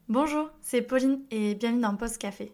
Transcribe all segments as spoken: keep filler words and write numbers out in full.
Bonjour, c'est Pauline et bienvenue dans Post Café.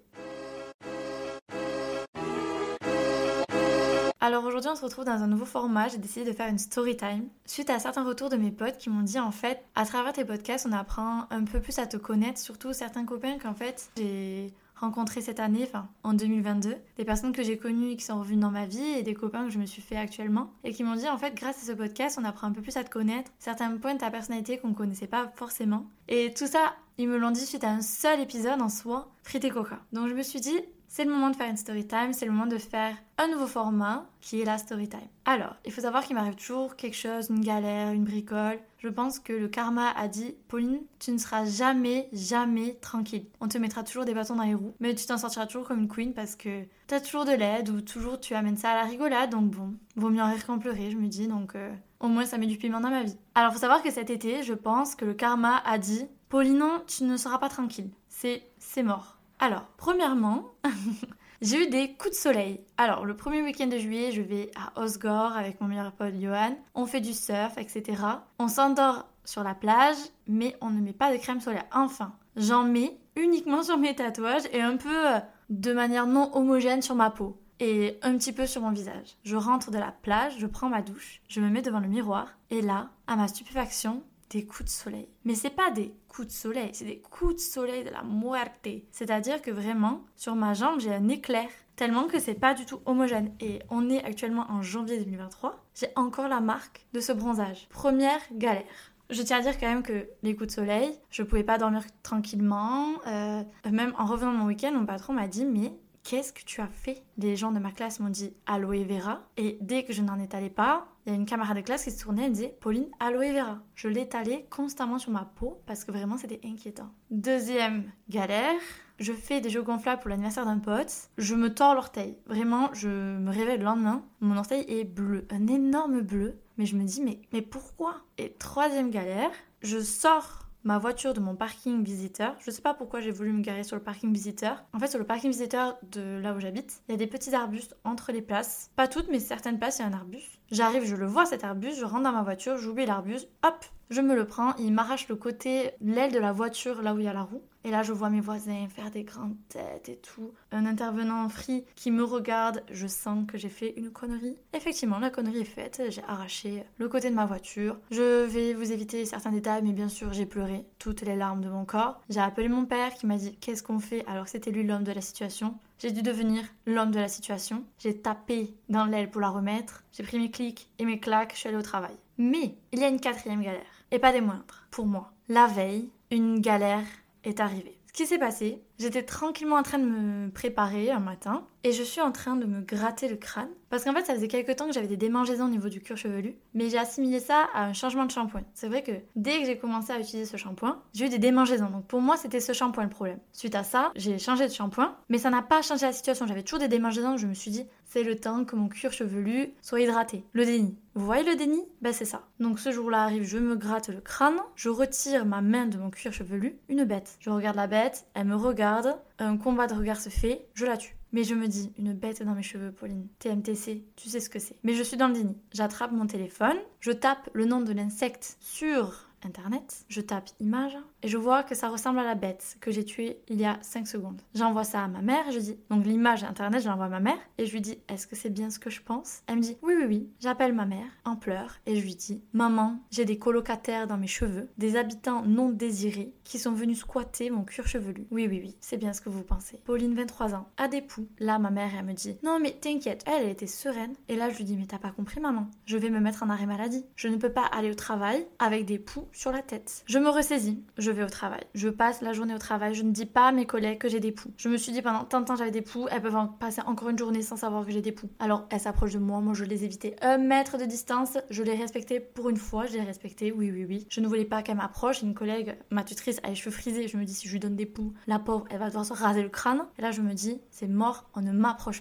Alors aujourd'hui on se retrouve dans un nouveau format, j'ai décidé de faire une story time suite à certains retours de mes potes qui m'ont dit en fait à travers tes podcasts on apprend un peu plus à te connaître, surtout certains copains qu'en fait j'ai rencontrés cette année, enfin en deux mille vingt-deux, des personnes que j'ai connues et qui sont revenues dans ma vie et des copains que je me suis fait actuellement et qui m'ont dit en fait grâce à ce podcast on apprend un peu plus à te connaître, certains points de ta personnalité qu'on connaissait pas forcément et tout ça ils me l'ont dit suite à un seul épisode en soi, frites et coca. Donc je me suis dit c'est le moment de faire une story time, c'est le moment de faire un nouveau format qui est la story time. Alors, il faut savoir qu'il m'arrive toujours quelque chose, une galère, une bricole. Je pense que le karma a dit « Pauline, tu ne seras jamais, jamais tranquille. On te mettra toujours des bâtons dans les roues, mais tu t'en sortiras toujours comme une queen parce que t'as toujours de l'aide ou toujours tu amènes ça à la rigolade. Donc bon, vaut mieux en rire qu'en pleurer, je me dis. Donc euh, au moins, ça met du piment dans ma vie. Alors, il faut savoir que cet été, je pense que le karma a dit « Pauline, non, tu ne seras pas tranquille. C'est, c'est mort. » Alors, premièrement, j'ai eu des coups de soleil. Alors, le premier week-end de juillet, je vais à Osgore avec mon meilleur pote Johan. On fait du surf, et cetera. On s'endort sur la plage, mais on ne met pas de crème solaire. Enfin, j'en mets uniquement sur mes tatouages et un peu de manière non homogène sur ma peau. Et un petit peu sur mon visage. Je rentre de la plage, je prends ma douche, je me mets devant le miroir. Et là, à ma stupéfaction, des coups de soleil. Mais c'est pas des coups de soleil, c'est des coups de soleil de la muerte. C'est-à-dire que vraiment, sur ma jambe, j'ai un éclair. Tellement que c'est pas du tout homogène. Et on est actuellement en janvier deux mille vingt-trois. J'ai encore la marque de ce bronzage. Première galère. Je tiens à dire quand même que les coups de soleil, je pouvais pas dormir tranquillement. Euh, même en revenant de mon week-end, mon patron m'a dit « Mais qu'est-ce que tu as fait ?» Les gens de ma classe m'ont dit « Aloe vera ». Et dès que je n'en étalais pas, il y a une camarade de classe qui se tournait et me disait « Pauline, aloe vera ». Je l'étalais constamment sur ma peau parce que vraiment c'était inquiétant. Deuxième galère, je fais des jeux gonflables pour l'anniversaire d'un pote. Je me tords l'orteil. Vraiment, je me réveille le lendemain, mon orteil est bleu, un énorme bleu. Mais je me dis mais, mais pourquoi ? Et troisième galère, je sors ma voiture de mon parking visiteur. Je sais pas pourquoi j'ai voulu me garer sur le parking visiteur. En fait, sur le parking visiteur de là où j'habite, il y a des petits arbustes entre les places. Pas toutes, mais certaines places, il y a un arbuste. J'arrive, je le vois cet arbuste, je rentre dans ma voiture, j'oublie l'arbuste, hop, je me le prends, il m'arrache le côté, l'aile de la voiture, là où il y a la roue. Et là, je vois mes voisins faire des grandes têtes et tout. Un intervenant free qui me regarde, je sens que j'ai fait une connerie. Effectivement, la connerie est faite, j'ai arraché le côté de ma voiture. Je vais vous éviter certains détails, mais bien sûr, j'ai pleuré toutes les larmes de mon corps. J'ai appelé mon père qui m'a dit « Qu'est-ce qu'on fait ?» Alors que c'était lui l'homme de la situation. J'ai dû devenir l'homme de la situation. J'ai tapé dans l'aile pour la remettre. J'ai pris mes clics et mes claques, je suis allée au travail. Mais il y a une quatrième galère, et pas des moindres, pour moi. La veille, une galère est arrivée. Ce qui s'est passé, j'étais tranquillement en train de me préparer un matin et je suis en train de me gratter le crâne parce qu'en fait ça faisait quelques temps que j'avais des démangeaisons au niveau du cuir chevelu, mais j'ai assimilé ça à un changement de shampoing. C'est vrai que dès que j'ai commencé à utiliser ce shampoing, j'ai eu des démangeaisons, donc pour moi c'était ce shampoing le problème. Suite à ça, j'ai changé de shampoing, mais ça n'a pas changé la situation, j'avais toujours des démangeaisons, je me suis dit c'est le temps que mon cuir chevelu soit hydraté. Le déni. Vous voyez le déni ? Ben c'est ça. Donc ce jour-là arrive, je me gratte le crâne, je retire ma main de mon cuir chevelu, une bête. Je regarde la bête, elle me regarde, un combat de regard se fait, je la tue. Mais je me dis, une bête dans mes cheveux, Pauline. T M T C, tu sais ce que c'est. Mais je suis dans le déni. J'attrape mon téléphone, je tape le nom de l'insecte sur internet, je tape image et je vois que ça ressemble à la bête que j'ai tuée il y a cinq secondes. J'envoie ça à ma mère et je dis, donc l'image internet, je l'envoie à ma mère et je lui dis, est-ce que c'est bien ce que je pense ? Elle me dit, oui, oui, oui. J'appelle ma mère en pleurs et je lui dis, maman, j'ai des colocataires dans mes cheveux, des habitants non désirés qui sont venus squatter mon cuir chevelu. Oui, oui, oui, c'est bien ce que vous pensez. Pauline, vingt-trois ans, a des poux. Là, ma mère, elle me dit, non, mais t'inquiète, elle, elle était sereine. Et là, je lui dis, mais t'as pas compris, maman. Je vais me mettre en arrêt maladie. Je ne peux pas aller au travail avec des poux sur la tête. Je me ressaisis, je vais au travail. Je passe la journée au travail, je ne dis pas à mes collègues que j'ai des poux. Je me suis dit pendant tant de temps j'avais des poux, elles peuvent en passer encore une journée sans savoir que j'ai des poux. Alors elles s'approchent de moi, moi je les évitais un mètre de distance, je les respectais pour une fois, je les respectais, oui oui oui. Je ne voulais pas qu'elle m'approche, une collègue, ma tutrice a les cheveux frisés, je me dis si je lui donne des poux, la pauvre elle va devoir se raser le crâne. Et là je me dis c'est mort, on ne m'approche pas.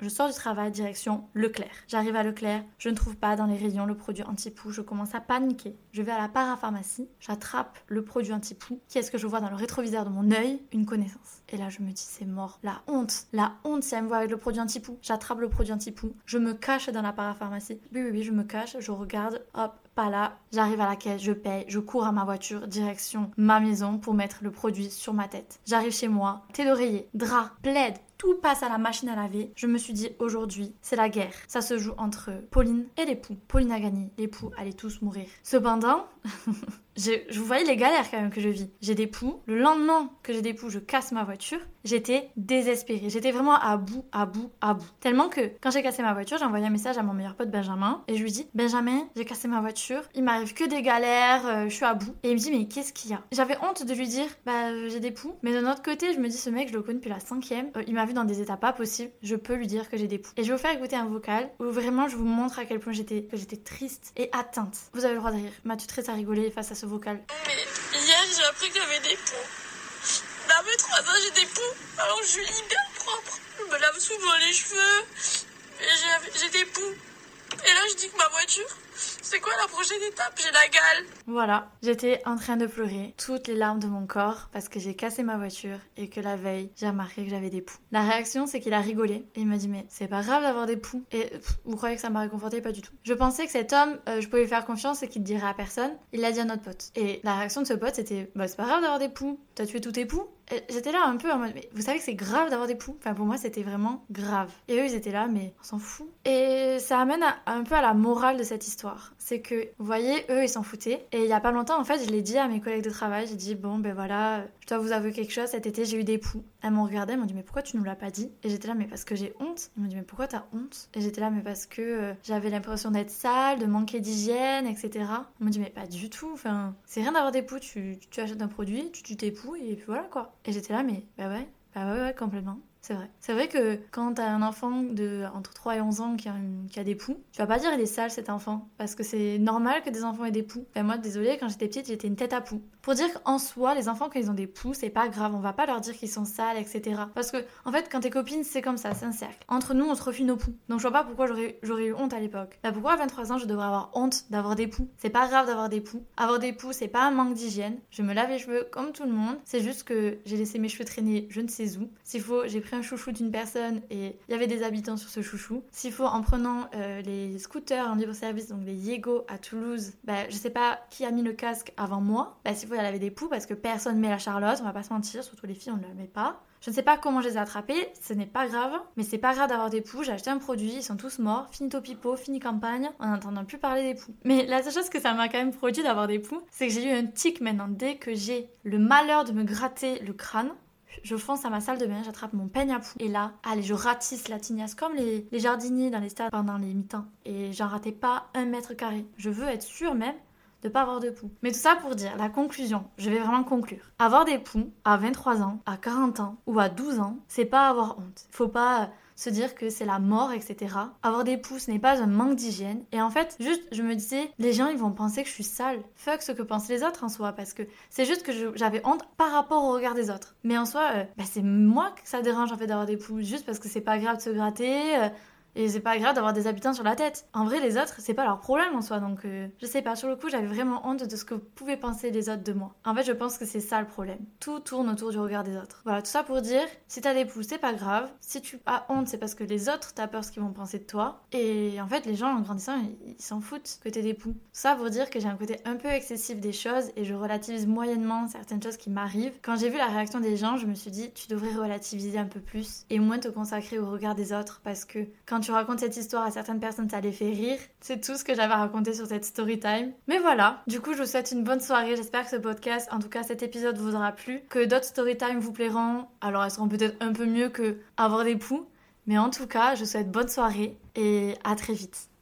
Je sors du travail, direction Leclerc. J'arrive à Leclerc, je ne trouve pas dans les rayons le produit anti-poux, je commence à paniquer. Je vais à la parapharmacie, j'attrape le produit anti-poux. Qu'est-ce que je vois dans le rétroviseur de mon œil? Une connaissance. Et là je me dis c'est mort. La honte, la honte si elle me voit avec le produit anti-poux. J'attrape le produit anti-poux, je me cache dans la parapharmacie. Oui oui oui, je me cache, je regarde, hop, pas là. J'arrive à la caisse, je paye, je cours à ma voiture, direction ma maison pour mettre le produit sur ma tête. J'arrive chez moi, thé d'oreiller, drap, plaid, tout passe à la machine à laver. Je me suis dit aujourd'hui, c'est la guerre. Ça se joue entre Pauline et les poux. Pauline a gagné, les poux allaient tous mourir. Cependant, je, je vous voyais les galères quand même que je vis. J'ai des poux. Le lendemain que j'ai des poux, je casse ma voiture. J'étais désespérée. J'étais vraiment à bout, à bout, à bout. Tellement que quand j'ai cassé ma voiture, j'ai envoyé un message à mon meilleur pote Benjamin et je lui dis Benjamin, j'ai cassé ma voiture. Il m'arrive que des galères. Euh, je suis à bout. Et il me dit mais qu'est-ce qu'il y a? J'avais honte de lui dire bah euh, j'ai des poux. Mais d'un autre côté, je me dis ce mec, je le connais depuis la cinquième. Euh, il m'a vu dans des états pas possibles. Je peux lui dire que j'ai des poux. Et je vais vous faire écouter un vocal où vraiment je vous montre à quel point j'étais que j'étais triste et atteinte. Vous avez le droit de rire. Ma tutrice a rigolé face à ce vocal. Mais hier j'ai appris que j'avais des poux. Dans mes trois ans j'ai des poux. Alors je suis hyper propre. Je me lave souvent les cheveux. Et j'ai, j'ai des poux. Et là je dis que ma voiture, c'est quoi la prochaine étape? J'ai la gale. Voilà, j'étais en train de pleurer toutes les larmes de mon corps parce que j'ai cassé ma voiture et que la veille, j'ai remarqué que j'avais des poux. La réaction, c'est qu'il a rigolé et il m'a dit mais c'est pas grave d'avoir des poux. Et pff, vous croyez que ça m'a réconforté? Pas du tout. Je pensais que cet homme, euh, je pouvais lui faire confiance et qu'il ne dirait à personne. Il l'a dit à notre pote. Et la réaction de ce pote, c'était bah c'est pas grave d'avoir des poux. T'as tué tous tes poux? Et j'étais là un peu en mode mais vous savez que c'est grave d'avoir des poux? Enfin pour moi c'était vraiment grave. Et eux ils étaient là mais on s'en fout. Et ça amène à, un peu à la morale de cette histoire. C'est que vous voyez eux ils s'en foutaient. Et il y a pas longtemps en fait je l'ai dit à mes collègues de travail. J'ai dit bon ben voilà je dois vous avouer quelque chose. Cet été j'ai eu des poux. Elles m'ont regardé, elles m'ont dit mais pourquoi tu nous l'as pas dit? Et j'étais là mais parce que j'ai honte. Ils m'ont dit mais pourquoi t'as honte? Et j'étais là mais parce que euh, j'avais l'impression d'être sale, de manquer d'hygiène, et cetera. Ils m'ont dit mais pas du tout. Enfin c'est rien d'avoir des poux. Tu, tu achètes un produit, tu tues tes poux et puis voilà quoi. Et j'étais là, mais bah ouais, bah ouais, ouais, complètement. C'est vrai. C'est vrai que quand t'as un enfant de entre trois et onze ans qui a, une, qui a des poux, tu vas pas dire il est sale cet enfant. Parce que c'est normal que des enfants aient des poux. Enfin, moi, désolée, quand j'étais petite, j'étais une tête à poux. Pour dire qu'en soi, les enfants, quand ils ont des poux, c'est pas grave. On va pas leur dire qu'ils sont sales, et cetera. Parce que, en fait, quand t'es copine, c'est comme ça, c'est un cercle. Entre nous, on se refile nos poux. Donc je vois pas pourquoi j'aurais, j'aurais eu honte à l'époque. Bah pourquoi à vingt-trois ans, je devrais avoir honte d'avoir des poux? C'est pas grave d'avoir des poux. Avoir des poux, c'est pas un manque d'hygiène. Je me lave les cheveux comme tout le monde. C'est juste que j'ai laissé mes cheveux traîner je ne sais où. S'il faut, j'ai pris un chouchou d'une personne et il y avait des habitants sur ce chouchou. S'il faut, en prenant euh, les scooters en libre-service, donc les Yego à Toulouse, bah, je sais pas qui a mis le casque avant moi. Bah, s'il faut, elle avait des poux parce que personne met la Charlotte, on va pas se mentir, surtout les filles, on ne la met pas. Je ne sais pas comment je les ai attrapés, ce n'est pas grave, mais c'est pas grave d'avoir des poux. J'ai acheté un produit, ils sont tous morts, finito pipo, fini campagne, en n'entendant plus parler des poux. Mais la seule chose que ça m'a quand même produit d'avoir des poux, c'est que j'ai eu un tic maintenant. Dès que j'ai le malheur de me gratter le crâne, je fonce à ma salle de bain, j'attrape mon peigne à poux et là, allez, je ratisse la tignasse comme les, les jardiniers dans les stades pendant les mi-temps. Et j'en ratais pas un mètre carré. Je veux être sûre même de pas avoir de poux. Mais tout ça pour dire, la conclusion, je vais vraiment conclure. Avoir des poux à vingt-trois ans, à quarante ans ou à douze ans, c'est pas avoir honte. Faut pas se dire que c'est la mort, et cetera. Avoir des poux, ce n'est pas un manque d'hygiène. Et en fait, juste, je me disais, les gens, ils vont penser que je suis sale. Fuck ce que pensent les autres en soi, parce que c'est juste que je, j'avais honte par rapport au regard des autres. Mais en soi, euh, bah, c'est moi que ça dérange en fait d'avoir des poux, juste parce que c'est pas grave de se gratter. Euh, Et c'est pas grave d'avoir des habitants sur la tête. En vrai, les autres, c'est pas leur problème en soi. Donc, euh, je sais pas, sur le coup, j'avais vraiment honte de ce que pouvaient penser les autres de moi. En fait, je pense que c'est ça le problème. Tout tourne autour du regard des autres. Voilà, tout ça pour dire, si t'as des poux, c'est pas grave. Si tu as honte, c'est parce que les autres, t'as peur ce qu'ils vont penser de toi. Et en fait, les gens, en grandissant, ils, ils s'en foutent que t'aies des poux. Tout ça pour dire que j'ai un côté un peu excessif des choses et je relativise moyennement certaines choses qui m'arrivent. Quand j'ai vu la réaction des gens, je me suis dit, tu devrais relativiser un peu plus et moins te consacrer au regard des autres parce que quand tu racontes cette histoire à certaines personnes, ça les fait rire. C'est tout ce que j'avais à raconter sur cette story time. Mais voilà, du coup, je vous souhaite une bonne soirée. J'espère que ce podcast, en tout cas cet épisode, vous aura plu. Que d'autres story time vous plairont. Alors, elles seront peut-être un peu mieux que avoir des poux. Mais en tout cas, je vous souhaite bonne soirée et à très vite.